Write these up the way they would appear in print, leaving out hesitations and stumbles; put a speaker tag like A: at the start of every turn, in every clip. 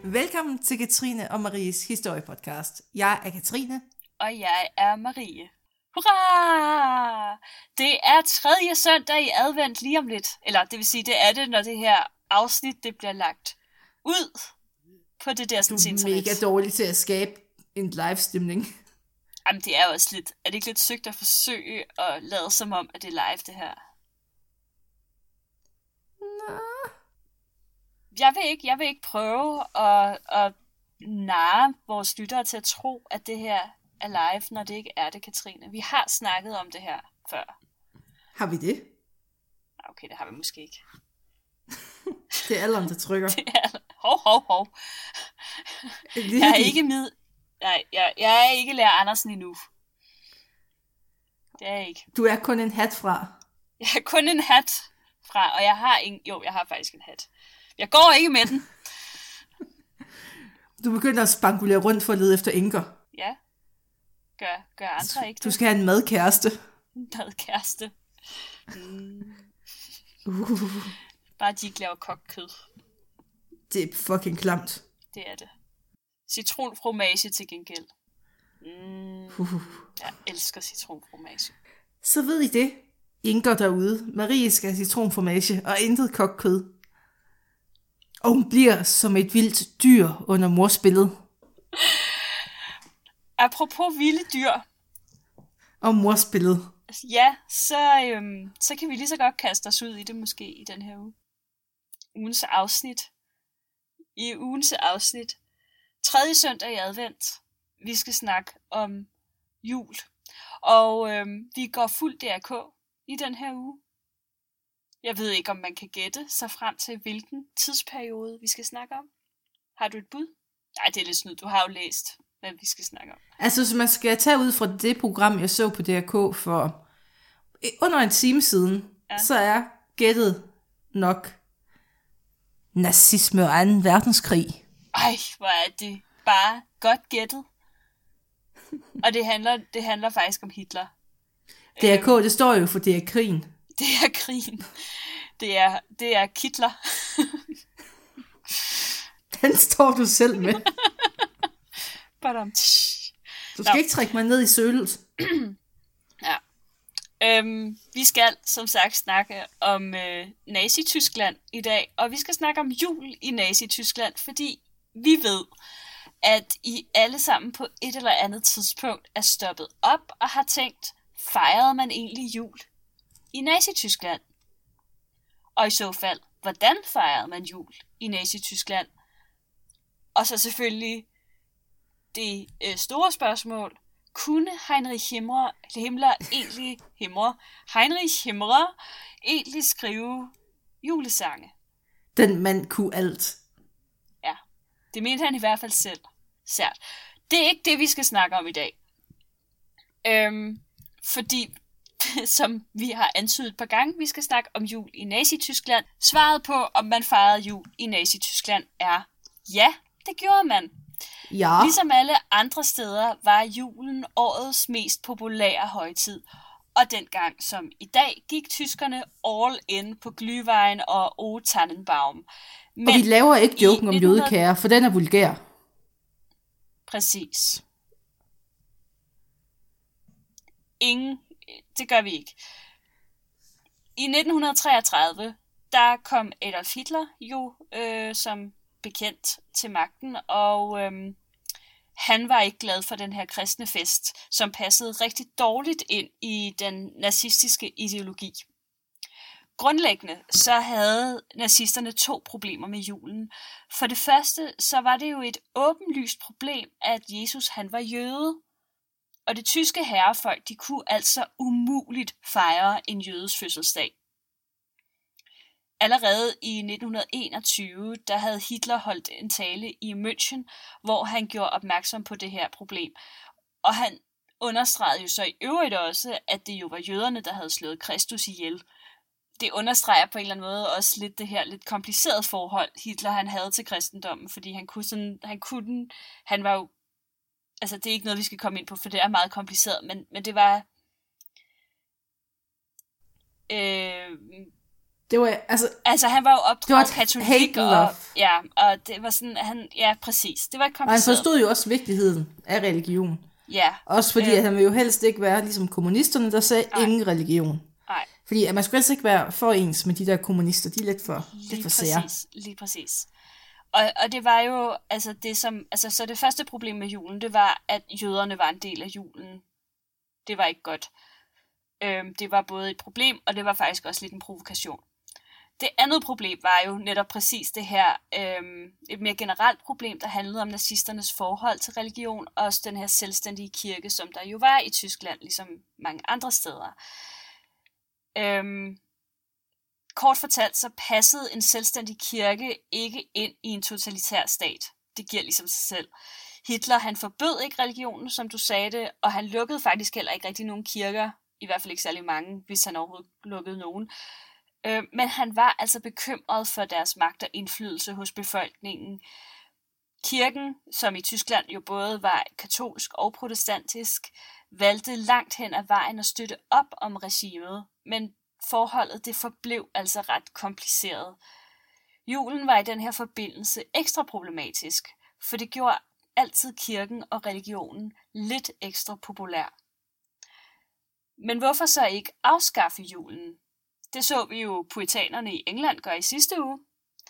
A: Velkommen til Katrine og Maries historiepodcast. Jeg er Katrine.
B: Og jeg er Marie. Hurra! Det er 3. søndag i advent lige om lidt. Eller det vil sige, det er det, når det her afsnit det bliver lagt ud på det der
A: Du
B: sådan
A: er
B: internet.
A: mega dårlig til at skabe en live-stemning.
B: Jamen, det er jo også lidt... Er det ikke lidt søgt at forsøge at lade som om, at det er live, det her?
A: Nå.
B: Jeg vil ikke prøve at narre vores lyttere til at tro, at det her er live, når det ikke er det, Katrine. Vi har snakket om det her før.
A: Har vi det?
B: Okay, det har vi måske ikke.
A: Det er alderen, der trykker.
B: Hov. Jeg er ikke med... Nej, jeg er ikke Lærer Andersen endnu. Det er jeg ikke.
A: Du er kun en hat fra.
B: Jeg er kun en hat fra, og jeg har ingen... Jo, jeg har faktisk en hat. Jeg går ikke med den.
A: Du begynder at spangulere rundt for at lede efter enker.
B: Ja. Gør andre ikke det?
A: Du skal have en madkæreste.
B: Madkæreste. Bare de ikke laver kogt kød.
A: Det er fucking klamt.
B: Det er det. Citronfromage til gengæld. Jeg elsker citronfromage.
A: Så ved I det. Enker derude. Marie skal have citronformage og intet kogt kød. Og hun bliver som et vildt dyr under morspillet.
B: Apropos vilde dyr.
A: Og morspillet.
B: Ja, så kan vi lige så godt kaste os ud i det måske i den her uge. Ugens afsnit. I ugens afsnit. 3. søndag i advent. Vi skal snakke om jul. Og vi går fuld DRK i den her uge. Jeg ved ikke, om man kan gætte sig frem til, hvilken tidsperiode vi skal snakke om. Har du et bud? Nej, det er lidt snyd. Du har jo læst, hvad vi skal snakke om.
A: Altså, så man skal tage ud fra det program, jeg så på DRK for under en time siden, så er gættet nok nazisme og 2. verdenskrig.
B: Ej, hvor er det bare godt gættet. Og det handler faktisk om Hitler.
A: DRK, det står jo for det er krigen.
B: Det er krigen. Det er Hitler.
A: Den står du selv med. Du skal ikke trække mig ned i sølet.
B: Ja. Vi skal som sagt snakke om Nazi-Tyskland i dag, og vi skal snakke om jul i Nazi-Tyskland, fordi vi ved, at I alle sammen på et eller andet tidspunkt er stoppet op og har tænkt, fejrede man egentlig jul i Nazi-Tyskland? Og i så fald, hvordan fejrede man jul i Nazi-Tyskland? Og så selvfølgelig det store spørgsmål, kunne Heinrich Himmler egentlig skrive julesange?
A: Den mand kunne alt.
B: Ja, det mente han i hvert fald selv. Sært. Det er ikke det, vi skal snakke om i dag. Fordi, som vi har antydet et par gange, vi skal snakke om jul i Nazi-Tyskland. Svaret på, om man fejrede jul i Nazi-Tyskland er ja, det gjorde man.
A: Ja.
B: Ligesom alle andre steder var julen årets mest populære højtid. Og dengang som i dag gik tyskerne all in på Glühwein og O Tannenbaum. Men
A: og vi laver ikke joken om jødekære, for den er vulgær.
B: Præcis. Det gør vi ikke. I 1933, der kom Adolf Hitler jo som bekendt til magten, og han var ikke glad for den her kristne fest, som passede rigtig dårligt ind i den nazistiske ideologi. Grundlæggende så havde nazisterne 2 problemer med julen. For det første, så var det jo et åbenlyst problem, at Jesus han var jøde. Og det tyske herrefolk, de kunne altså umuligt fejre en jødes fødselsdag. Allerede i 1921, der havde Hitler holdt en tale i München, hvor han gjorde opmærksom på det her problem. Og han understregede jo så i øvrigt også, at det jo var jøderne, der havde slået Kristus ihjel. Det understreger på en eller anden måde også lidt det her lidt komplicerede forhold, Hitler han havde til kristendommen, fordi han var jo, altså det er ikke noget, vi skal komme ind på, for det er meget kompliceret, men det var
A: Det var,
B: Altså, han var jo opdraget
A: hate
B: katolik,
A: and love.
B: og det var sådan, præcis. Det var et
A: Og han
B: kompliceret.
A: forstod jo også vigtigheden af religion.
B: Ja.
A: Også fordi, at han ville jo helst ikke være ligesom kommunisterne, der sagde ingen religion.
B: Nej.
A: Fordi at man skulle helst ikke være for ens med de der kommunister, de er lidt for sære.
B: Lige præcis. Og det var jo, altså det som, altså så det første problem med julen, det var, at jøderne var en del af julen. Det var ikke godt. Det var både et problem, og det var faktisk også lidt en provokation. Det andet problem var jo netop præcis det her, et mere generelt problem, der handlede om nazisternes forhold til religion, og også den her selvstændige kirke, som der jo var i Tyskland, ligesom mange andre steder. Kort fortalt, så passede en selvstændig kirke ikke ind i en totalitær stat. Det giver ligesom sig selv. Hitler, han forbød ikke religionen, som du sagde det, og han lukkede faktisk heller ikke rigtig nogen kirker, i hvert fald ikke særlig mange, hvis han overhovedet lukkede nogen. Men han var altså bekymret for deres magt og indflydelse hos befolkningen. Kirken, som i Tyskland jo både var katolsk og protestantisk, valgte langt hen ad vejen at støtte op om regimet, men forholdet det forblev altså ret kompliceret. Julen var i den her forbindelse ekstra problematisk, for det gjorde altid kirken og religionen lidt ekstra populær. Men hvorfor så ikke afskaffe julen? Det så vi jo puritanerne i England gøre i sidste uge.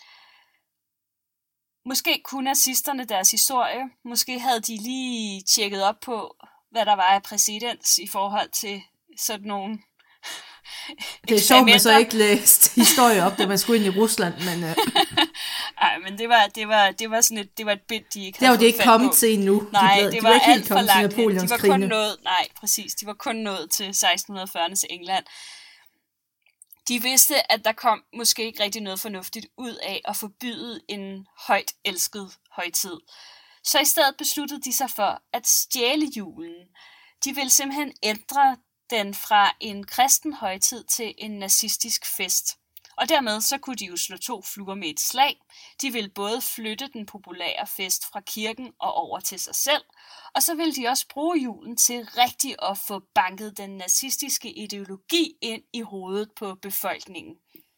B: Måske kunne nazisterne deres historie. Måske havde de lige tjekket op på, hvad der var af præcedens i forhold til sådan nogle
A: det er sjovt, man så ikke læst historie op, da man skulle ind i Rusland, men...
B: Nej, men det var sådan et, det var et bind, de ikke havde
A: fået fat på. Det var de ikke kommet til endnu.
B: Nej, det var alt for langt.
A: De var kun
B: nået, de var kun nået til 1640'ernes England. De vidste, at der kom måske ikke rigtig noget fornuftigt ud af at forbyde en højt elsket højtid. Så i stedet besluttede de sig for at stjæle julen. De ville simpelthen ændre den fra en kristen højtid til en nazistisk fest. Og dermed så kunne de jo slå 2 fluer med et slag. De ville både flytte den populære fest fra kirken og over til sig selv, og så ville de også bruge julen til rigtig at få banket den nazistiske ideologi ind i hovedet på befolkningen.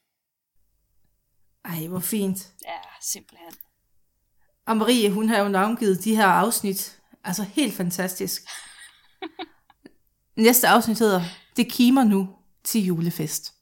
A: Ej, hvor fint.
B: Ja, simpelthen.
A: Og Marie, hun har jo navngivet de her afsnit. Altså helt fantastisk. Næste afsnit hedder Det kimer nu til julefest.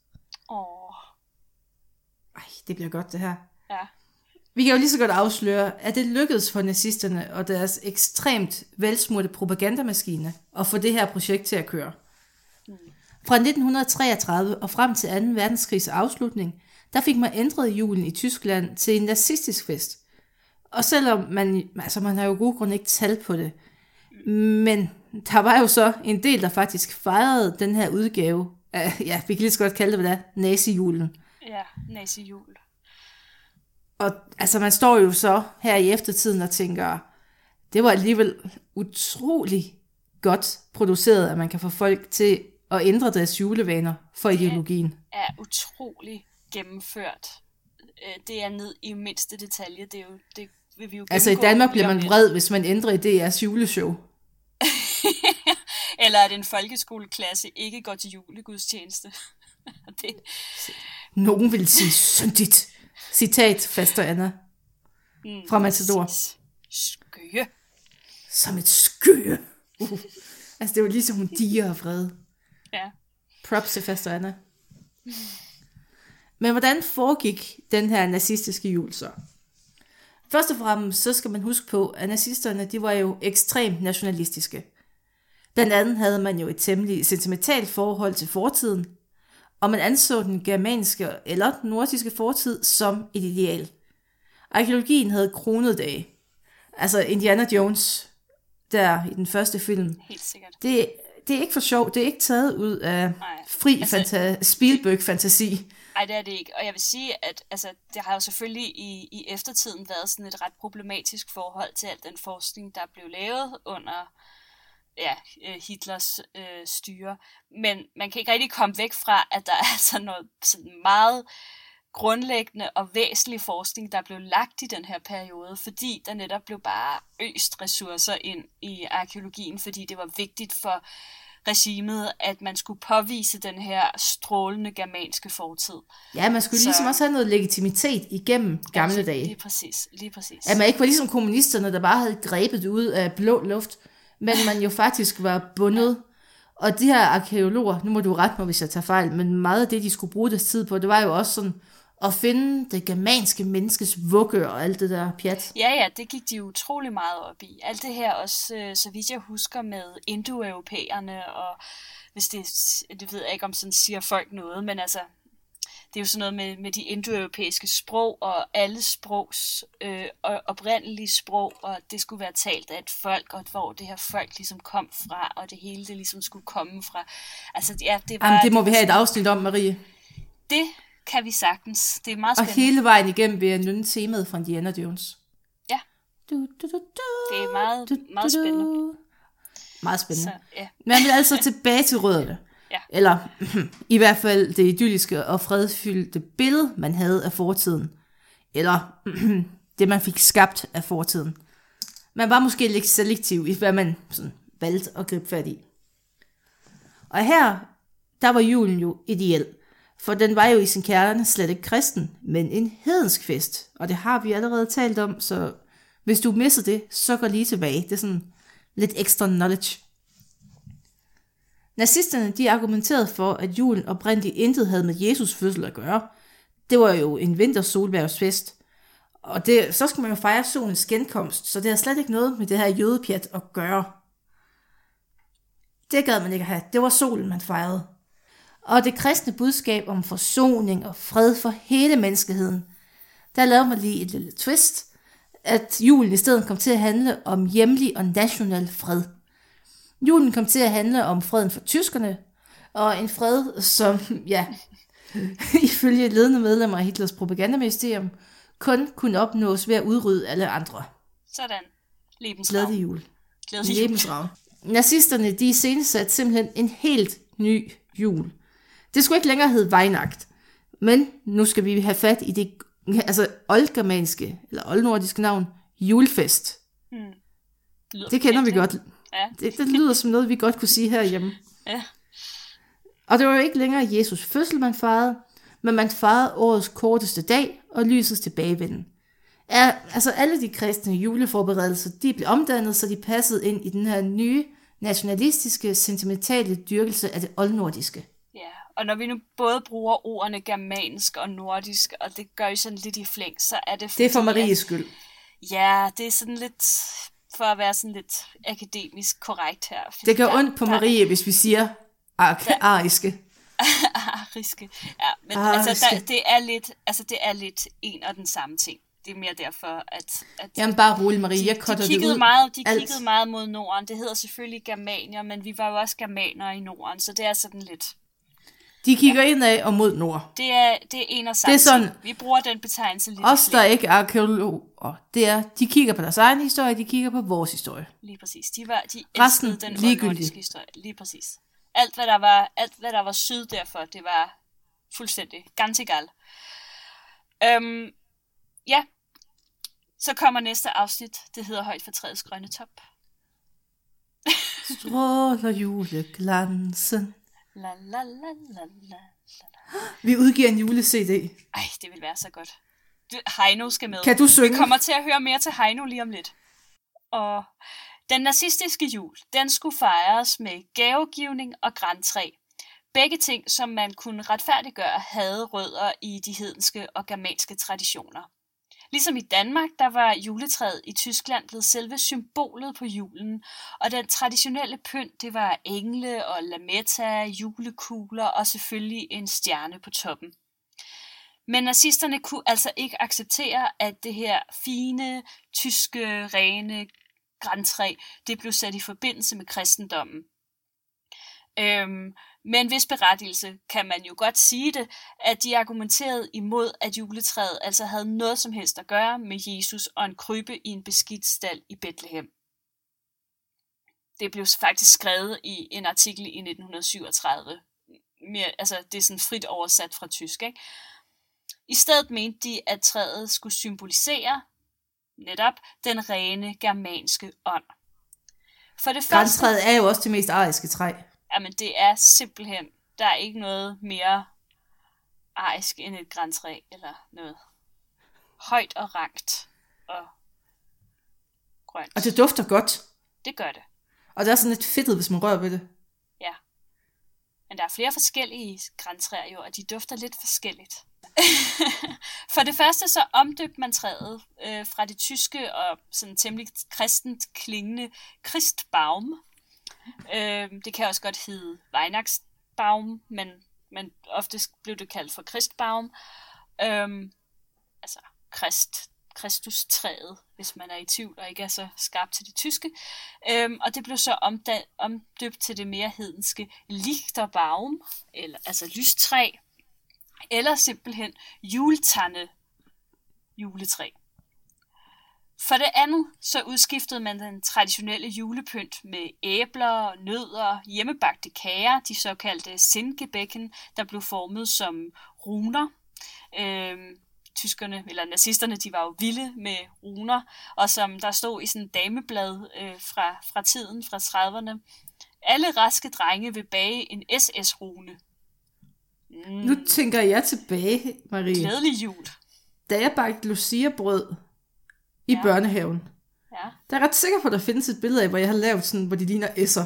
A: Ej, det bliver godt det her.
B: Ja.
A: Vi kan jo lige så godt afsløre, at det lykkedes for nazisterne og deres ekstremt velsmurte propagandamaskine at få det her projekt til at køre. Fra 1933 og frem til 2. verdenskrigs afslutning, der fik man ændret julen i Tyskland til en nazistisk fest. Og selvom man har jo god grund ikke tal på det, men der var jo så en del, der faktisk fejrede den her udgave af, ja, vi kan lige så godt kalde det, hvad det er, nazi-julen.
B: Ja, nazi-jul.
A: Og altså, man står jo så her i eftertiden og tænker, det var alligevel utrolig godt produceret, at man kan få folk til at ændre deres julevaner for ideologien.
B: Det er utrolig gennemført. Det er ned i mindste detalje. Det vil vi jo
A: altså i Danmark bliver man vred, hvis man ændrer i DR's juleshow.
B: Eller at en folkeskoleklasse ikke går til julegudstjeneste. Det...
A: Nogen vil sige syndigt. Citat, faster Anna. Fra Matador.
B: Skøje.
A: Som et skøje. Altså det var ligesom hun diger og vred.
B: Ja.
A: Props til faster Anna. Men hvordan foregik den her nazistiske jul så? Først og fremmest så skal man huske på, at nazisterne de var jo ekstremt nationalistiske. Blandt andet havde man jo et temmelig sentimentalt forhold til fortiden, og man anså den germanske eller den nordiske fortid som et ideal. Arkeologien havde kronede dage. Altså Indiana Jones, der i den første film.
B: Helt sikkert.
A: Det er ikke for sjov, det er ikke taget ud af fri Spielberg-fantasi.
B: Nej, det er det ikke. Og jeg vil sige, at det har jo selvfølgelig i eftertiden været sådan et ret problematisk forhold til al den forskning, der blev lavet under Hitlers styre. Men man kan ikke rigtig komme væk fra, at der er altså noget sådan meget grundlæggende og væsentlig forskning, der blev lagt i den her periode, fordi der netop blev bare øst ressourcer ind i arkeologien, fordi det var vigtigt regimet, at man skulle påvise den her strålende germanske fortid.
A: Ja, man skulle ligesom også have noget legitimitet igennem gamle dage.
B: Lige præcis.
A: At man ikke var ligesom kommunisterne, der bare havde grebet ud af blå luft, men man jo faktisk var bundet. Og de her arkeologer, nu må du rette mig, hvis jeg tager fejl, men meget af det, de skulle bruge deres tid på, det var jo også sådan at finde det germanske menneskes vugge og alt det der pjat.
B: Ja, det gik de utrolig meget op i. Alt det her også, så vidt jeg husker, med indoeuropæerne, og hvis det ved jeg ikke, om sådan siger folk noget, men altså, det er jo sådan noget med de indoeuropæiske sprog, og alle sprogs oprindelige sprog, og det skulle være talt af et folk, og hvor det her folk ligesom kom fra, og det hele det ligesom skulle komme fra. Altså, ja, det var...
A: Jamen, det må vi have et afsnit om, Marie.
B: Det kan vi sagtens. Det er meget spændende.
A: Og hele vejen igennem vil jeg nynne temaet fra Indiana Jones.
B: Ja. Det er meget spændende.
A: Meget spændende.
B: Så, ja.
A: Men altså tilbage til rødderne.
B: Ja.
A: Eller i hvert fald det idylliske og fredfyldte billede, man havde af fortiden. Eller det, man fik skabt af fortiden. Man var måske lidt selektiv i, hvad man sådan valgte at gribe fat i. Og her, der var julen jo ideel. For den var jo i sin kerne slet ikke kristen, men en hedensk fest. Og det har vi allerede talt om, så hvis du misser det, så går lige tilbage. Det er sådan lidt ekstra knowledge. Nazisterne, de argumenterede for, at julen oprindeligt intet havde med Jesus fødsel at gøre. Det var jo en vintersolværvsfest. Og så skulle man jo fejre solens genkomst, så det har slet ikke noget med det her jødepjat at gøre. Det gad man ikke have. Det var solen, man fejrede. Og det kristne budskab om forsoning og fred for hele menneskeheden, der lavede man lige et lille twist, at julen i stedet kom til at handle om hjemlig og national fred. Julen kom til at handle om freden for tyskerne, og en fred, som, ja, ifølge ledende medlemmer af Hitlers propagandaministerium, kun kunne opnås ved at udrydde alle andre.
B: Sådan.
A: Glædelig jul. Lebensraum. Nazisterne, de iscenesatte simpelthen en helt ny jul. Det skulle ikke længere hedde Weihnacht, men nu skal vi have fat i det oldgermanske, eller oldnordiske navn, julefest. Det kender vi godt.
B: Ja.
A: Det lyder som noget, vi godt kunne sige herhjemme.
B: Ja.
A: Og det var jo ikke længere Jesus fødsel, man fejrede, men man fejrede årets korteste dag og lysets tilbagevenden. Alle de kristne juleforberedelser, de blev omdannet, så de passede ind i den her nye, nationalistiske, sentimentale dyrkelse af det oldnordiske.
B: Ja, og når vi nu både bruger ordene germansk og nordisk, og det gør jo sådan lidt i flæng, så er det fordi,
A: det er for Maries skyld.
B: Ja, det er sådan lidt, for at være sådan lidt akademisk korrekt her.
A: Det gør ondt på Marie, hvis vi siger ariske.
B: Ariske. Ja, men altså, det er lidt en og den samme ting. Det er mere derfor, at
A: jamen bare rolig, Marie, jeg cutter det ud.
B: De kiggede meget mod Norden. Det hedder selvfølgelig germanier, men vi var jo også germanere i Norden, så det er sådan lidt...
A: De kigger indad og mod nord.
B: Det er en og samme ting. Vi bruger den betegnelse lidt.
A: Os, der ikke er arkeologer, de kigger på deres egen historie, de kigger på vores historie.
B: Lige præcis. De elskede den oldnordiske historie. Lige præcis. Alt hvad der var syd derfor, det var fuldstændig ganz egal. Ja, så kommer næste afsnit. Det hedder Højt for træets grønne top.
A: Stråler juleglansen.
B: La, la, la, la, la.
A: Vi udgiver en jule-CD.
B: Ej, det vil være så godt. Heino skal med.
A: Kan du synge?
B: Vi kommer til at høre mere til Heino lige om lidt. Og den nazistiske jul, den skulle fejres med gavegivning og grantræ. Begge ting, som man kunne retfærdiggøre, havde rødder i de hedenske og germanske traditioner. Ligesom i Danmark, der var juletræet i Tyskland blevet selve symbolet på julen, og den traditionelle pynt, det var engle og lametta, julekugler og selvfølgelig en stjerne på toppen. Men nazisterne kunne altså ikke acceptere, at det her fine, tyske, rene grantræ, det blev sat i forbindelse med kristendommen. Med en vis berettigelse kan man jo godt sige det, at de argumenterede imod, at juletræet altså havde noget som helst at gøre med Jesus og en krybbe i en beskidt stald i Bethlehem. Det blev faktisk skrevet i en artikel i 1937. Det er sådan frit oversat fra tysk, ikke? I stedet mente de, at træet skulle symbolisere netop den rene germanske ånd. For det første...
A: Grantræet er jo også det mest ariske træ.
B: Jamen, det er simpelthen, der er ikke noget mere arisk end et grantræ, eller noget højt og rankt og grønt.
A: Og det dufter godt.
B: Det gør det.
A: Og det er sådan lidt fedtet, hvis man rører ved det.
B: Ja. Men der er flere forskellige grantræer jo, og de dufter lidt forskelligt. For det første så omdøbte man træet fra det tyske og sådan temmelig kristent klingende Christbaum. Det kan også godt hedde Weihnachtsbaum, men oftest blev det kaldt for Christbaum. Altså Kristustræet, hvis man er i tvivl og ikke er så skarp til det tyske. Og det blev så omdøbt til det mere hedenske Lichterbaum, eller, altså lystræ, eller simpelthen juletande juletræ. For det andet så udskiftede man den traditionelle julepynt med æbler, nødder, hjemmebagte kager, de såkaldte Sindgebäcken, der blev formet som runer. Tyskerne, eller nazisterne, de var jo vilde med runer, og som der stod i sådan et dameblad fra tiden, fra 30'erne. Alle raske drenge vil bage en SS-rune.
A: Nu tænker jeg tilbage, Marie.
B: Glædelig jul.
A: Da jeg bagte Lucia-brød i børnehaven, der er jeg ret sikker på, at der findes et billede af, hvor jeg har lavet sådan, hvor de ligner S'er.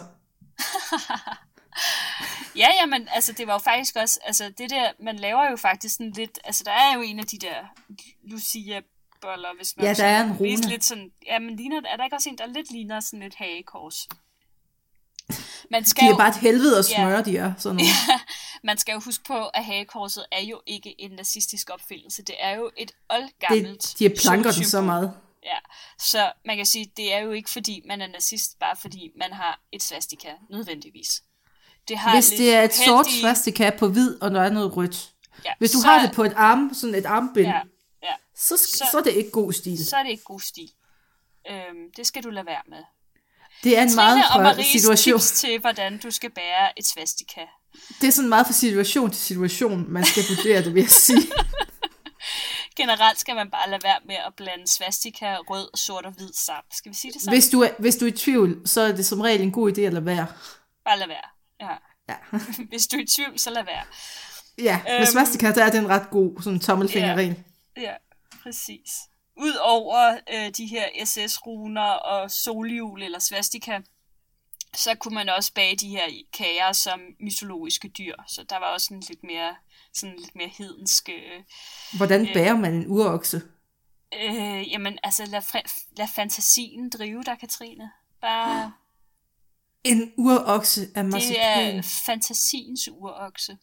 B: Ja, men altså det var jo faktisk også, altså det der, man laver jo faktisk sådan lidt, altså der er jo en af de der Lucia-boller, hvis man
A: der er en rune.
B: Lidt sådan, ja, men ligner, er der ikke også en, der lidt ligner sådan et hagekors? Man skal
A: de er bare et helvede at smøre, de er sådan nogle.
B: Ja, man skal jo huske på, at hagekorset er jo ikke en nazistisk opfindelse, det er jo et oldgammelt
A: de planker den så meget.
B: Ja, så man kan sige, det er jo ikke fordi man er nazist, bare fordi man har et svastika, nødvendigvis.
A: Hvis det er et sort svastika på hvid, og der er noget rødt. Ja, hvis du har det på sådan et armbind, så er det ikke god stil.
B: Så er det ikke god stil. Det skal du lade være med.
A: Det er en meget fra situation
B: til, hvordan du skal bære et svastika.
A: Det er sådan meget fra situation til situation, man skal vurdere det, vil jeg sige.
B: Generelt skal man bare lade være med at blande svastika, rød, sort og hvid sammen. Skal vi sige det sådan?
A: Hvis du er i tvivl, så er det som regel en god idé at lade være.
B: Bare lade være. Ja. Hvis du er i tvivl, så lad være.
A: Ja, med svastika, der er det en ret god sådan tommelfingerregel.
B: Ja, præcis. Udover de her SS-runer og solhjul eller svastika, så kunne man også bage de her kager som mytologiske dyr. Så der var også en lidt mere hedensk...
A: Hvordan bærer man en urokse?
B: Jamen, altså lad fantasien drive dig, Katrine. Bare...
A: En urokse af marcipan.
B: Det er fantasiens urokse.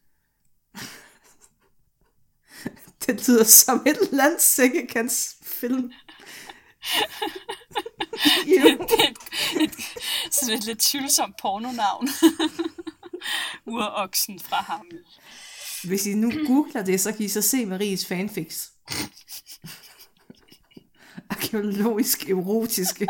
A: Det lyder som et landsækkekantsfilm.
B: Sådan et lidt tvivlsomt pornonavn. Uroksen fra Hammel.
A: Hvis I nu googler det, så kan I så se Maries fanfics. Arkeologisk erotiske.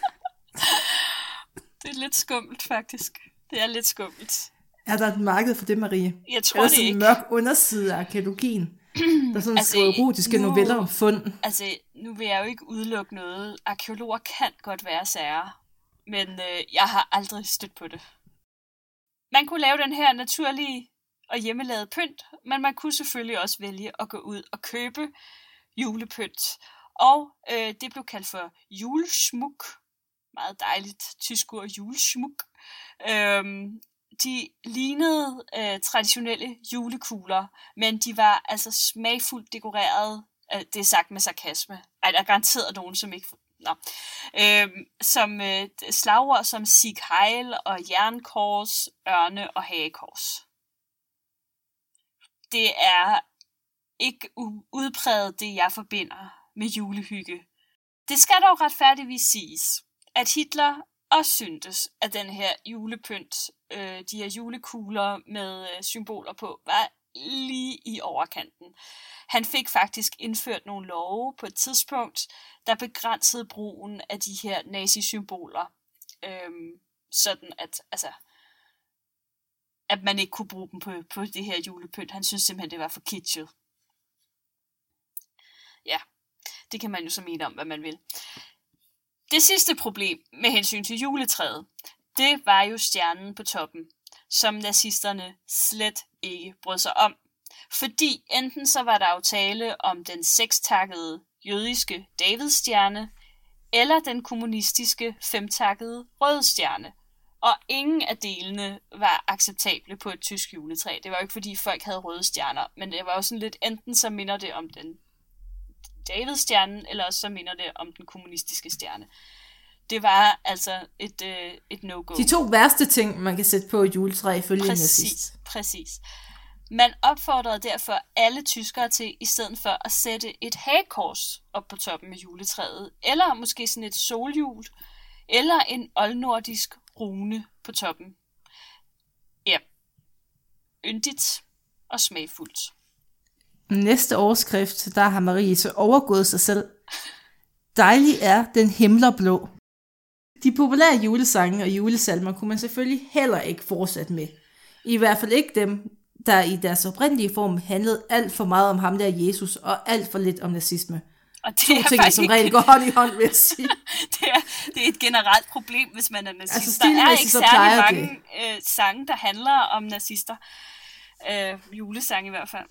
B: Det er lidt skummelt, faktisk. Det er lidt skummelt.
A: Er der et marked for det, Marie?
B: Jeg tror det ikke.
A: En mørk underside af arkeologien. Der er sådan skriver erotiske noveller om fund.
B: Altså, nu vil jeg jo ikke udelukke noget. Arkeologer kan godt være sære. Men jeg har aldrig stødt på det. Man kunne lave den her naturlige og hjemmelavede pynt, men man kunne selvfølgelig også vælge at gå ud og købe julepynt. Og det blev kaldt for juleschmuck. Meget dejligt tysk ord, juleschmuck. De lignede traditionelle julekugler, men de var altså smagfuldt dekoreret. Det er sagt med sarkasme. Ej, der er garanteret nogen, som ikke... som slagord som Sieg Heil og jernkors, ørne og hagekors. Det er ikke udpræget det, jeg forbinder med julehygge. Det skal dog retfærdigvis siges, at Hitler også syntes, at den her julepynt, de her julekugler med symboler på, var lige i overkanten. Han fik faktisk indført nogle love på et tidspunkt, der begrænsede brugen af de her nazisymboler, sådan at man ikke kunne bruge dem på det her julepynt. Han synes simpelthen, det var for kitschet. Ja, det kan man jo så mene om, hvad man vil. Det sidste problem med hensyn til juletræet, det var jo stjernen på toppen, som nazisterne slet ikke brød sig om. Fordi enten så var der jo tale om den sekstakkede jødiske Davidstjerne, eller den kommunistiske femtakkede røde stjerne. Og ingen af delene var acceptable på et tysk juletræ. Det var jo ikke fordi folk havde røde stjerner, men det var jo sådan lidt, enten så minder det om den Davidstjernen, eller også så minder det om den kommunistiske stjerne. Det var altså et no-go.
A: De 2 værste ting, man kan sætte på et juletræ ifølge en nazist.
B: Præcis. Man opfordrede derfor alle tyskere til, i stedet for at sætte et hagekors op på toppen af juletræet, eller måske sådan et solhjul, eller en oldnordisk rune på toppen. Ja, yndigt og smagfuldt.
A: Næste overskrift, der har Marie så overgået sig selv. Dejlig er den himmelblå. De populære julesange og julesalmer kunne man selvfølgelig heller ikke fortsætte med. I hvert fald ikke dem, der i deres oprindelige form handlede alt for meget om ham der Jesus, og alt for lidt om nazisme.
B: Og det
A: 2 ting, der som regel går hånd i hånd, vil jeg sige.
B: det er et generelt problem, hvis man er nazist.
A: Altså,
B: der er ikke særlig mange sange, der handler om nazister. Julesange i hvert fald.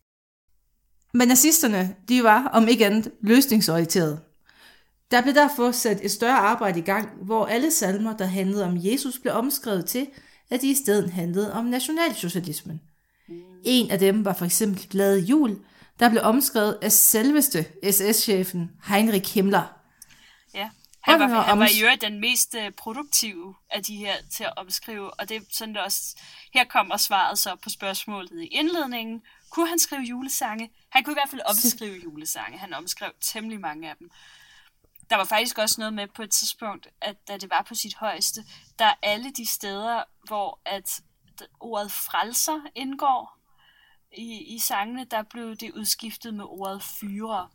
A: Men nazisterne, de var, om ikke andet, løsningsorienterede. Der blev derfor sat et større arbejde i gang, hvor alle salmer, der handlede om Jesus, blev omskrevet til, at de i stedet handlede om nationalsocialismen. En af dem var for eksempel Glade Jul, der blev omskrevet af selveste SS-chefen Heinrich Himmler.
B: Ja, han var i øvrigt den mest produktive af de her til at omskrive, og det er sådan det også, her kommer svaret så på spørgsmålet i indledningen. Kunne han skrive julesange? Han kunne i hvert fald omskrive julesange. Han omskrev temmelig mange af dem. Der var faktisk også noget med på et tidspunkt, at da det var på sit højeste, der alle de steder, hvor at ordet frelser indgår i sangene, der blev det udskiftet med ordet fyre.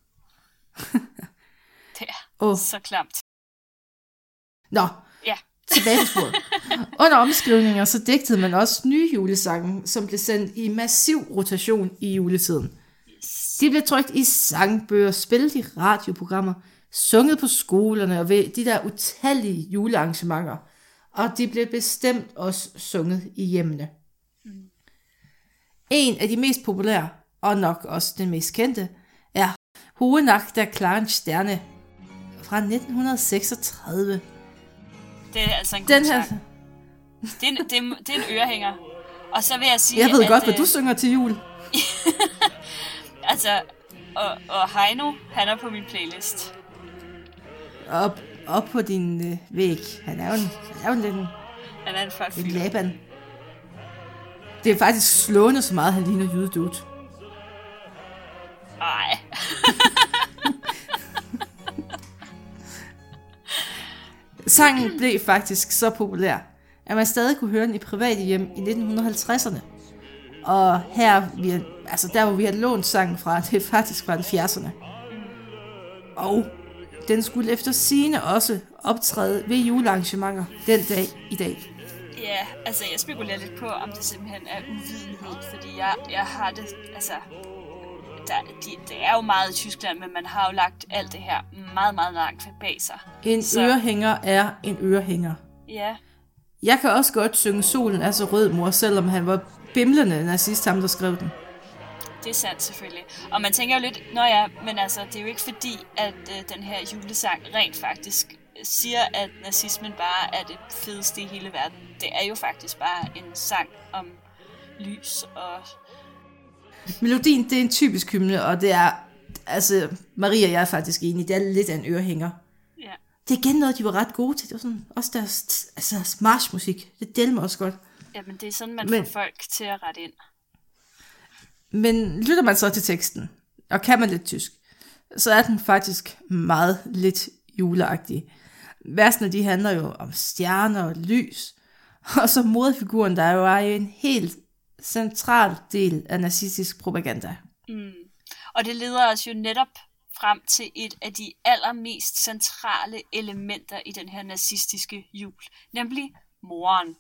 B: Det er så klamt.
A: Nå, ja. Tilbage på sporet. Under omskrivninger så digtede man også nye julesange, som blev sendt i massiv rotation i juletiden. Yes. De blev trykt i sangbøger, spillet i radioprogrammer, sunget på skolerne og ved de der utallige julearrangementer. Og de blev bestemt også sunget i hjemmene. En af de mest populære, og nok også den mest kendte, er Hohe Nacht der klaren Sterne fra 1936.
B: Det er altså en god sang. Det er en ørehænger. Og så vil jeg sige,
A: jeg ved godt, hvad du synger til jul.
B: Altså, og Heino, han er på min playlist.
A: Op på din væg. Han er jo en lille...
B: Han er en flot fyr.
A: Laban. Det er faktisk slående så meget, han ligner jydedude.
B: Ej.
A: Sangen blev faktisk så populær, at man stadig kunne høre den i private hjem i 1950'erne. Og her, der hvor vi har lånt sangen fra, det er faktisk fra de 70'erne. Og den skulle efter sigende også optræde ved julearrangementer den dag i dag.
B: Ja, altså jeg spekulerer lidt på, om det simpelthen er uvidenhed, fordi jeg har det, altså, det er jo meget i Tyskland, men man har jo lagt alt det her meget, meget langt bag sig.
A: En ørehænger er en ørehænger.
B: Ja.
A: Jeg kan også godt synge Solen er så rød, mor, selvom han var bimlende nazist, ham der skrev den.
B: Det er sandt selvfølgelig. Og man tænker jo lidt, men altså, det er jo ikke fordi, at den her julesang rent faktisk siger, at nazismen bare er det fedeste i hele verden. Det er jo faktisk bare en sang om lys og...
A: Melodien, det er en typisk hymne, og det er, altså, Maria og jeg er faktisk enige, det er lidt af en ørehænger.
B: Ja.
A: Det er igen noget, de var ret gode til. Det var sådan, også deres marchmusik. Det delte mig også godt.
B: Jamen, det er sådan, man får folk til at rette ind.
A: Men lytter man så til teksten, og kan man lidt tysk, så er den faktisk meget lidt juleagtig. Versene, de handler jo om stjerner og lys, og så moderfiguren, der jo er en helt central del af nazistisk propaganda.
B: Og det leder os jo netop frem til et af de allermest centrale elementer i den her nazistiske jul, nemlig moren.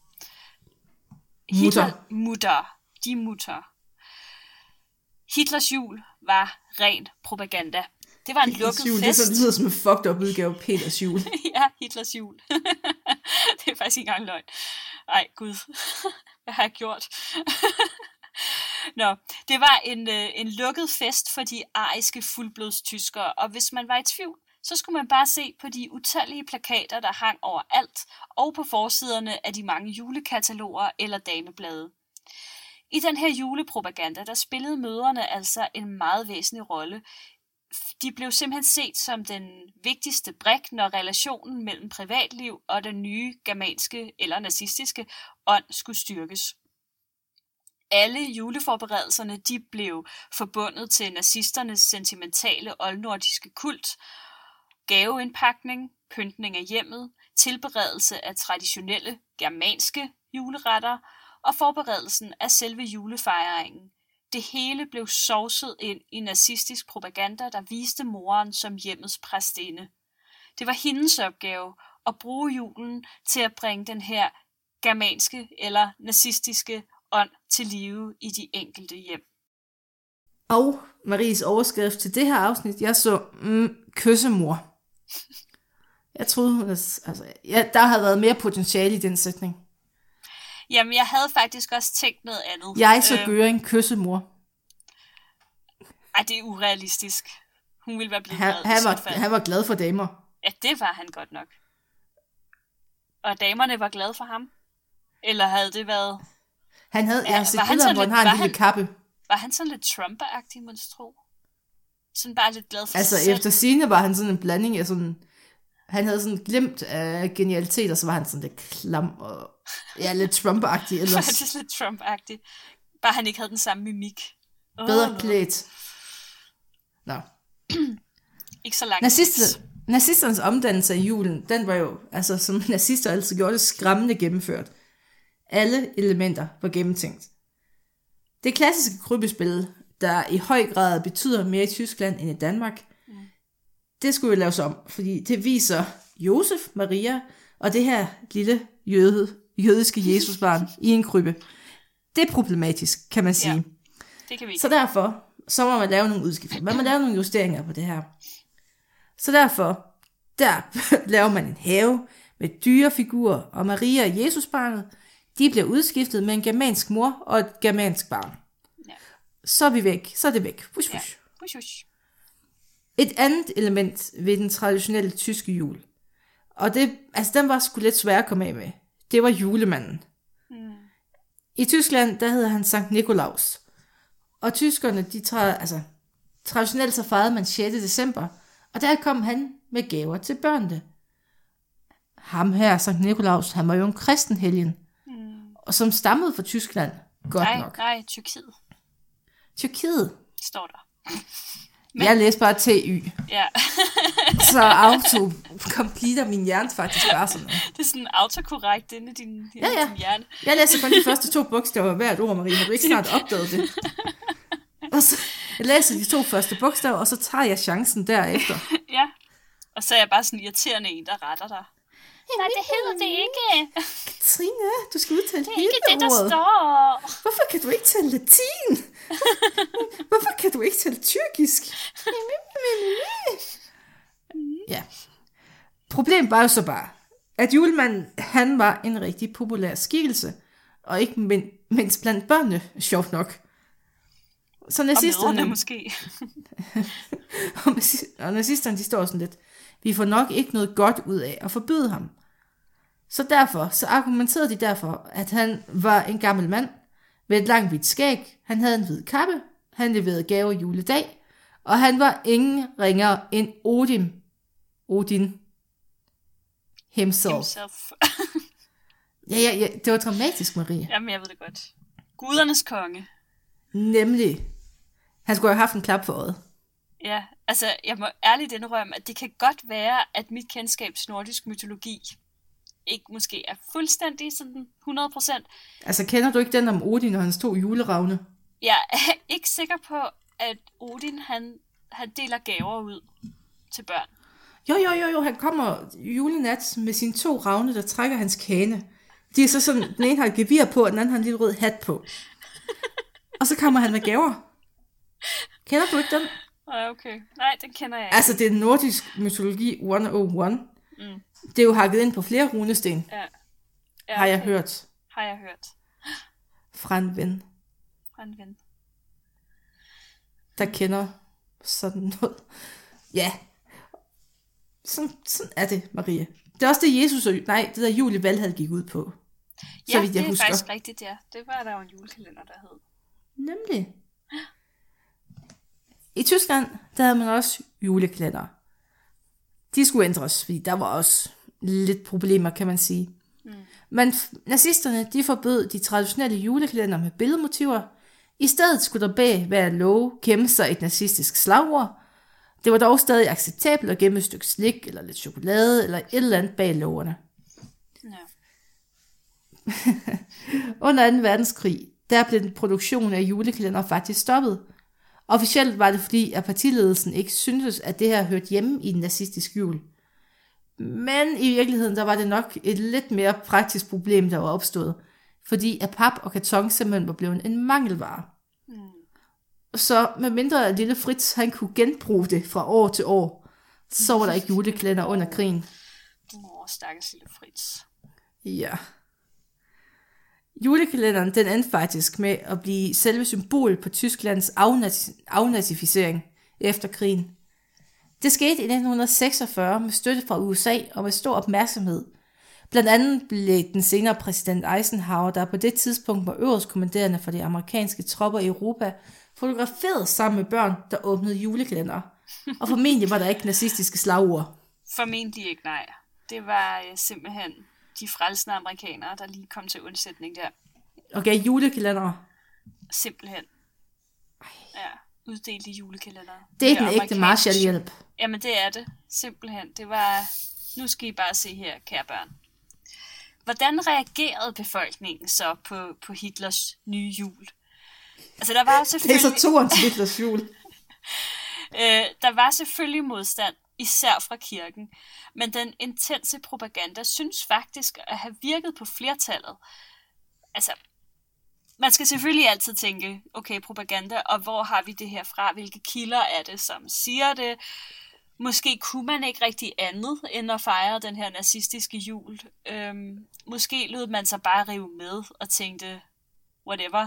B: Mutter. Hitlers jul var ren propaganda. Det var en lukket
A: jul,
B: fest.
A: Det lyder som en fucked up udgave af Peters jul.
B: Ja, Hitlers jul. Det er faktisk ikke engang løgn. Ej, gud. Hvad har jeg gjort? Nå, det var en lukket fest for de ariske fuldblodstyskere, og hvis man var i tvivl, så skulle man bare se på de utallige plakater, der hang overalt, og på forsiderne af de mange julekataloger eller dameblade. I den her julepropaganda, der spillede mødrene altså en meget væsentlig rolle. De blev simpelthen set som den vigtigste brik, når relationen mellem privatliv og den nye germanske eller nazistiske ånd skulle styrkes. Alle juleforberedelserne de blev forbundet til nazisternes sentimentale oldnordiske kult, gaveindpakning, pyntning af hjemmet, tilberedelse af traditionelle germanske juleretter og forberedelsen af selve julefejringen. Det hele blev sovset ind i nazistisk propaganda, der viste moren som hjemmets præstinde. Det var hendes opgave at bruge julen til at bringe den her germanske eller nazistiske ånd til live i de enkelte hjem.
A: Og Maries overskrift til det her afsnit, jeg så kyssemor. Jeg troede, der havde været mere potentiale i den sætning.
B: Jamen, jeg havde faktisk også tænkt noget andet.
A: Jeg så Göring kyssemor.
B: Ej, det er urealistisk. Hun ville være blevet glad.
A: Han var glad for damer.
B: Ja, det var han godt nok. Og damerne var glade for ham? Eller havde det været...
A: Han havde, jeg har set billeder, hvor han har en lille kappe.
B: Var han sådan lidt Trumper-agtig, må jeg tro? Sådan bare lidt glad for
A: sig selv? Efter sigende var han sådan en blanding af sådan... Han havde sådan glimt af genialitet, og så var han sådan lidt klam og... Ja, lidt Trump-agtig ellers.
B: Faktisk lidt Trump-agtig. Bare han ikke havde den samme mimik.
A: Bedre klædt. Nå.
B: Ikke så langt.
A: Nazisternes omdannelse af julen, den var jo, altså som nazister altid gjorde det, skræmmende gennemført. Alle elementer var gennemtænkt. Det klassiske krybbespil, der i høj grad betyder mere i Tyskland end i Danmark, det skulle jo laves om, fordi det viser Josef, Maria og det her lille jødiske Jesusbarn i en krybbe. Det er problematisk, kan man sige.
B: Ja, det kan vi ikke.
A: Så derfor, så må man lave nogle udskifter. Man må lave nogle justeringer på det her. Så derfor, der laver man en have med dyrefigurer, og Maria og Jesusbarnet, de bliver udskiftet med en germansk mor og et germansk barn. Ja. Så er vi væk. Så er det væk. Hush, hush.
B: Ja. Hush, hush.
A: Et andet element ved den traditionelle tyske jul, og det, altså den var sgu lidt svær at komme af med, det var julemanden. I Tyskland, der hedder han Sankt Nikolaus. Og tyskerne, traditionelt så fejrede man 6. december, og der kom han med gaver til børnene. Ham her, Sankt Nikolaus, han var jo en kristenhelgen, og som stammede fra Tyskland, godt nok.
B: Nej, Tyrkiet.
A: Tyrkiet?
B: Står der.
A: Men... Jeg læste bare TY.
B: Ja.
A: Så auto-completer min hjerne faktisk bare sådan noget.
B: Det er sådan autokorrekt inde i din hjerne.
A: Jeg læser kun de første 2 bogstaver hvert ord, Marie. Har du ikke snart opdaget det? Og så jeg læser de 2 første bogstaver, og så tager jeg chancen derefter.
B: Ja, og så er jeg bare sådan irriterende en, der retter dig. Nej, det hedder det ikke.
A: Katrine, du skal udtale
B: hele ordet. Det er ikke det, der står.
A: Hvorfor kan du ikke tale latin? Hvorfor kan du ikke tale tyrkisk? Ja. Problemet var jo så bare, at julemanden, han var en rigtig populær skikkelse, og ikke mindst blandt børnene, sjovt nok. Så nazisterne...
B: Og måske.
A: og nazisterne, de står sådan lidt, vi får nok ikke noget godt ud af at forbyde ham. Så argumenterede de derfor, at han var en gammel mand med et langt hvidt skæg, han havde en hvid kappe, han leverede gaver juledag, og han var ingen ringere end Odin himself. Ja, det var dramatisk, Marie.
B: Jamen, jeg ved det godt. Gudernes konge.
A: Nemlig. Han skulle have haft en klap for øjet.
B: Ja, altså, jeg må ærligt indrømme, at det kan godt være, at mit kendskab til nordisk mytologi ikke måske er fuldstændig sådan 100%.
A: Altså, kender du ikke den om Odin og hans 2 juleravne?
B: Jeg er ikke sikker på, at Odin, han deler gaver ud til børn.
A: Jo, han kommer julenat med sine 2 ravne, der trækker hans kane. De er så sådan, den ene har et gevir på, og den anden har en lille rød hat på. Og så kommer han med gaver. Kender du ikke den?
B: Okay. Nej, den kender jeg ikke.
A: Altså, det er nordisk mytologi 101. Det er jo hakket ind på flere runesten.
B: Ja. Ja,
A: har jeg hørt.
B: Har jeg hørt.
A: Fra en ven,
B: Fra en ven.
A: der kender sådan noget. Ja, sådan er det, Marie. Det er også det, det der jul i Valhall gik ud på.
B: Ja, vidt jeg husker. Faktisk rigtigt, ja. Det var der jo en julekalender, der hed.
A: Nemlig. I Tyskland, der havde man også julekalender. De skulle ændres, fordi der var også lidt problemer, kan man sige. Men nazisterne, de forbød de traditionelle julekalender med billedmotiver. I stedet skulle der bag hver låge gemme sig et nazistisk slagord. Det var dog stadig acceptabelt at gemme et stykke slik, eller lidt chokolade, eller et eller andet bag lågerne.
B: Ja.
A: Under 2. verdenskrig, der blev den produktion af julekalender faktisk stoppet. Officielt var det fordi, at partiledelsen ikke syntes, at det her hørte hjemme i en nazistisk jul. Men i virkeligheden, der var det nok et lidt mere praktisk problem, der var opstået. Fordi at pap og karton simpelthen var blevet en mangelvare. Så med mindre at lille Fritz, han kunne genbruge det fra år til år, så var der ikke julekalender under krigen.
B: Stakkels lille Fritz.
A: Ja. Julekalenderen, den endte faktisk med at blive selve symbol på Tysklands afnazificering efter krigen. Det skete i 1946 med støtte fra USA og med stor opmærksomhed. Blandt andet blev den senere præsident Eisenhower, der på det tidspunkt var øverstkommanderende for de amerikanske tropper i Europa, fotograferet sammen med børn, der åbnede julekalender. Og formentlig var der ikke nazistiske slagord.
B: Formentlig ikke, nej. Det var simpelthen de frelsende amerikanere, der lige kom til undsætning der.
A: Okay, julekalender.
B: Simpelthen. Ja, uddelte julekalender.
A: Det er den ægte Marshallhjælp.
B: Jamen det er det. Simpelthen. Det var, nu skal I bare se her, kære børn. Hvordan reagerede befolkningen så på Hitlers nye jul? Altså der var selvfølgelig...
A: Det er så toren til Hitlers jul.
B: Der var selvfølgelig modstand, især fra kirken. Men den intense propaganda synes faktisk at have virket på flertallet. Altså, man skal selvfølgelig altid tænke, okay, propaganda, og hvor har vi det her fra? Hvilke kilder er det, som siger det? Måske kunne man ikke rigtig andet, end at fejre den her nazistiske jul. Måske lød man sig bare rive med og tænkte, whatever.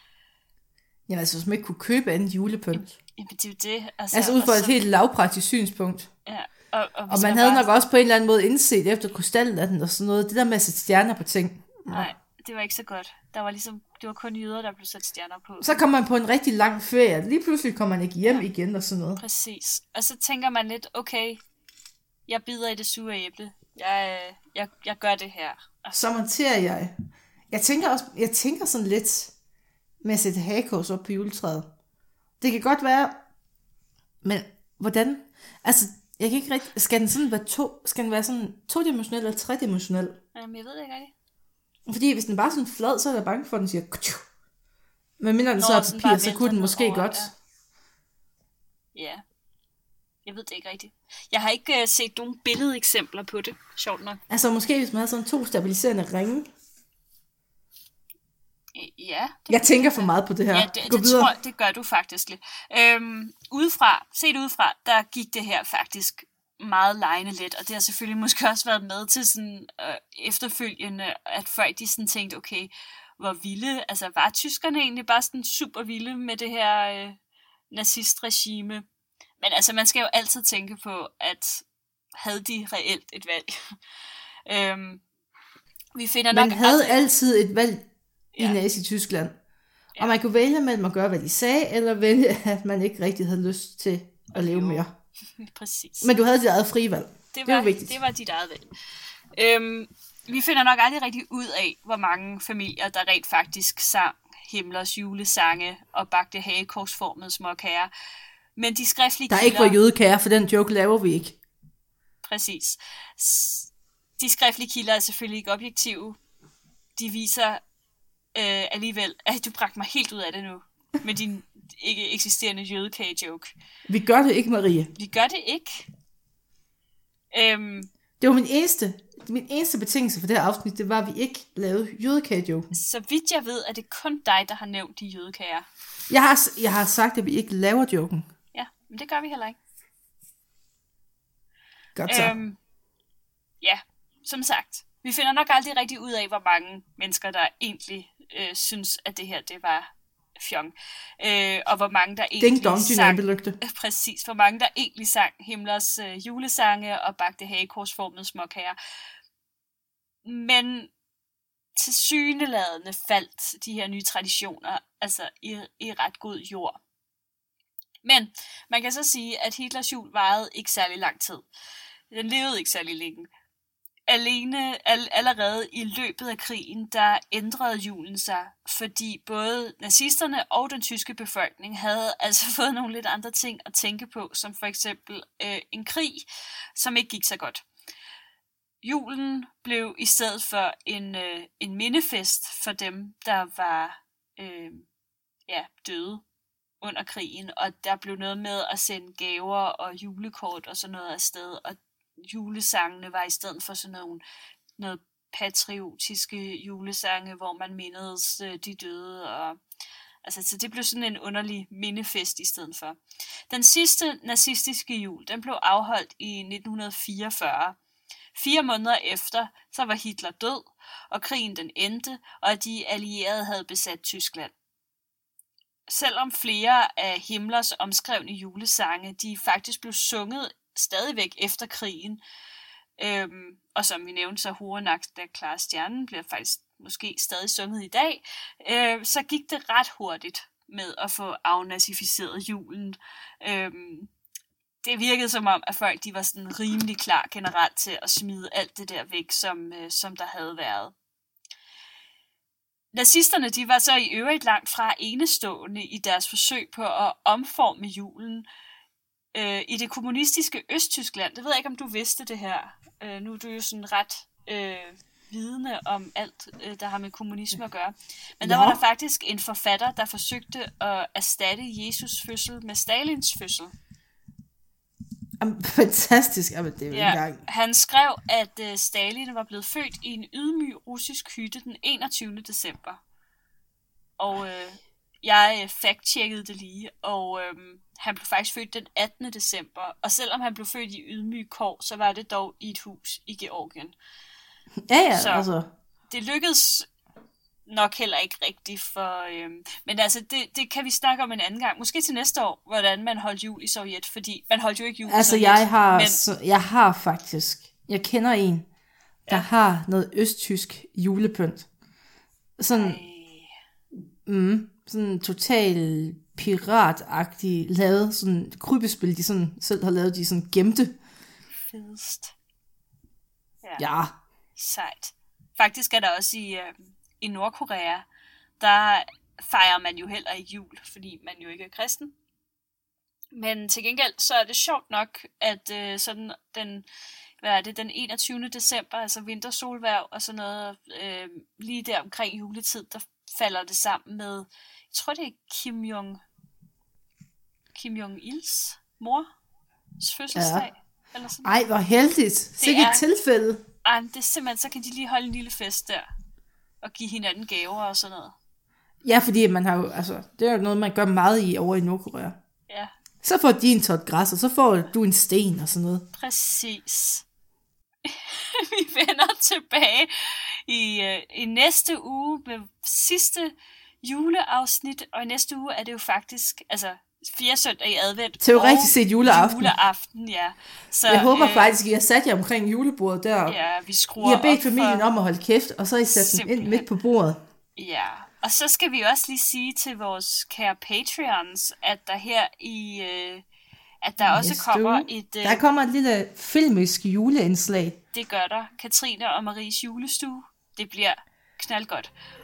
A: Ja, altså hvis man ikke kunne købe andet julepynt.
B: Jamen det er jo det.
A: Altså ud fra et helt lavpraktisk synspunkt.
B: Ja,
A: og man havde nok også på en eller anden måde indset efter krystalnatten og sådan noget. Det der med at sætte stjerner på ting.
B: Nej, det var ikke så godt. Det var kun jyder, der blev sat stjerner på.
A: Så kom man på en rigtig lang ferie. Lige pludselig kommer man ikke hjem igen og sådan noget.
B: Præcis. Og så tænker man lidt, okay, jeg bider i det sure æble. Jeg gør det her.
A: Så monterer jeg. Jeg tænker sådan lidt med at sætte hagekors op på juletræet. Det kan godt være, men hvordan? Altså, jeg kan ikke rigtig... Skal den være sådan todimensionel eller tredimensionel?
B: Jamen, jeg ved det ikke rigtigt.
A: Fordi hvis den bare er sådan flad, så er jeg bange for, at den siger... Men mindre den så er papir, så kunne den måske godt.
B: Ja. Jeg ved det ikke rigtigt. Jeg har ikke set nogen billedeksempler på det, sjovt nok.
A: Altså måske hvis man havde sådan 2 stabiliserende ringe.
B: Ja.
A: Jeg tænker for meget på det her.
B: Ja, det gør du faktisk lidt. Set udefra, der gik det her faktisk meget legende let, og det har selvfølgelig måske også været med til sådan efterfølgende, at folk de sådan tænkte, okay, hvor vilde, altså var tyskerne egentlig bare sådan super vilde med det her nazistregime? Men altså, man skal jo altid tænke på, at havde de reelt et valg? Vi finder
A: man
B: nok
A: havde altid et valg i Nazi-Tyskland. Ja. Og man kunne vælge mellem at gøre, hvad de sagde, eller vælge, at man ikke rigtig havde lyst til at leve mere.
B: Præcis.
A: Men du havde dit eget frivalg. Det var vigtigt.
B: Det var dit eget valg. Vi finder nok aldrig rigtig ud af, hvor mange familier, der rent faktisk sang Himmlers julesange og bagte hagekorsformede småkager. Men de skriftlige kilder...
A: Der ikke var jødekager, for den joke laver vi ikke.
B: Præcis. De skriftlige kilder er selvfølgelig ikke objektive. De viser alligevel, at du bragte mig helt ud af det nu, med din ikke eksisterende jødekage-joke.
A: Vi gør det ikke, Marie.
B: Vi gør det ikke.
A: Det var min eneste betingelse for det her afsnit, det var, at vi ikke lavede jødekage-joken.
B: Så vidt jeg ved, er det kun dig, der har nævnt de jødekager.
A: Jeg har sagt, at vi ikke laver joken.
B: Ja, men det gør vi heller ikke.
A: Godt så.
B: Ja, som sagt. Vi finder nok aldrig rigtig ud af, hvor mange mennesker, der egentlig synes, at det her, det var fjong. Og hvor mange, der egentlig sang... Præcis, hvor mange, der egentlig sang Himmlers julesange og bagte hagekorsformede småkager. Men tilsyneladende faldt de her nye traditioner altså i ret god jord. Men man kan så sige, at Hitlers jul varede ikke særlig lang tid. Den levede ikke særlig længe. Allerede i løbet af krigen, der ændrede julen sig, fordi både nazisterne og den tyske befolkning havde altså fået nogle lidt andre ting at tænke på, som for eksempel en krig, som ikke gik så godt. Julen blev i stedet for en mindefest for dem, der var døde under krigen, og der blev noget med at sende gaver og julekort og sådan noget afsted, og julesangene var i stedet for sådan noget patriotiske julesange, hvor man mindedes de døde, og altså, så det blev sådan en underlig mindefest i stedet for. Den sidste nazistiske jul, den blev afholdt i 1944. 4 måneder efter, så var Hitler død, og krigen den endte, og de allierede havde besat Tyskland. Selvom flere af Himmlers omskrevne julesange, de faktisk blev sunget stadigvæk efter krigen, og som vi nævnte, så Horenagt, der klarer stjernen, bliver faktisk måske stadig sunget i dag, så gik det ret hurtigt med at få afnazificeret julen. Det virkede som om, at folk de var sådan rimelig klar generelt til at smide alt det der væk, som der havde været. Nazisterne de var så i øvrigt langt fra enestående i deres forsøg på at omforme julen. I det kommunistiske Østtyskland, det ved jeg ikke, om du vidste det her. Nu er du jo sådan ret vidende om alt, der har med kommunisme at gøre. Men der var der faktisk en forfatter, der forsøgte at erstatte Jesus' fødsel med Stalins fødsel.
A: Fantastisk, det er jo en gang.
B: Han skrev, at Stalin var blevet født i en ydmyg russisk hytte den 21. december. Og jeg fact-checkede det lige, og han blev faktisk født den 18. december. Og selvom han blev født i ydmyg kår, så var det dog i et hus i Georgien.
A: Så altså.
B: Det lykkedes nok heller ikke rigtigt for... men altså, det kan vi snakke om en anden gang. Måske til næste år, hvordan man holdt jul i Sovjet, fordi man holdt jo ikke jul i Sovjet.
A: Jeg har faktisk... Jeg kender en, der har noget østtysk julepynt. Sådan... sådan total piratagtig lavet, sådan krybespil, de sådan selv har lavet, de sådan gemte.
B: Fedest.
A: Ja.
B: Sejt. Faktisk er der også i Nordkorea, der fejrer man jo heller ikke jul, fordi man jo ikke er kristen. Men til gengæld, så er det sjovt nok, at sådan den 21. december, altså vintersolværv og sådan noget, lige der omkring juletid, der falder det sammen med, jeg tror det er Kim Jong-ils mors fødselsdag. Eller sådan.
A: Ej, hvor heldigt. Sikke et tilfælde.
B: Ej, det er simpelthen, så kan de lige holde en lille fest der, og give hinanden gaver og sådan noget.
A: Ja, fordi man har jo, altså, det er jo noget, man gør meget i over i Nordkorea.
B: Ja.
A: Så får de en tot græs, og så får du en sten og sådan noget.
B: Præcis. Vi vender tilbage i næste uge med sidste juleafsnit, og i næste uge er det jo faktisk, altså 4. søndag i advent.
A: Teoretisk set juleaften.
B: Juleaften, ja. Så,
A: jeg håber faktisk, I har sat jer omkring julebordet der.
B: Ja, vi skruer
A: I har bedt familien om at holde kæft, og så har I sat dem ind midt på bordet.
B: Ja, og så skal vi også lige sige til vores kære Patreons, at der her at der også kommer et...
A: der kommer et lille filmisk juleindslag.
B: Det gør der. Katrine og Maries julestue. Det bliver knaldgodt.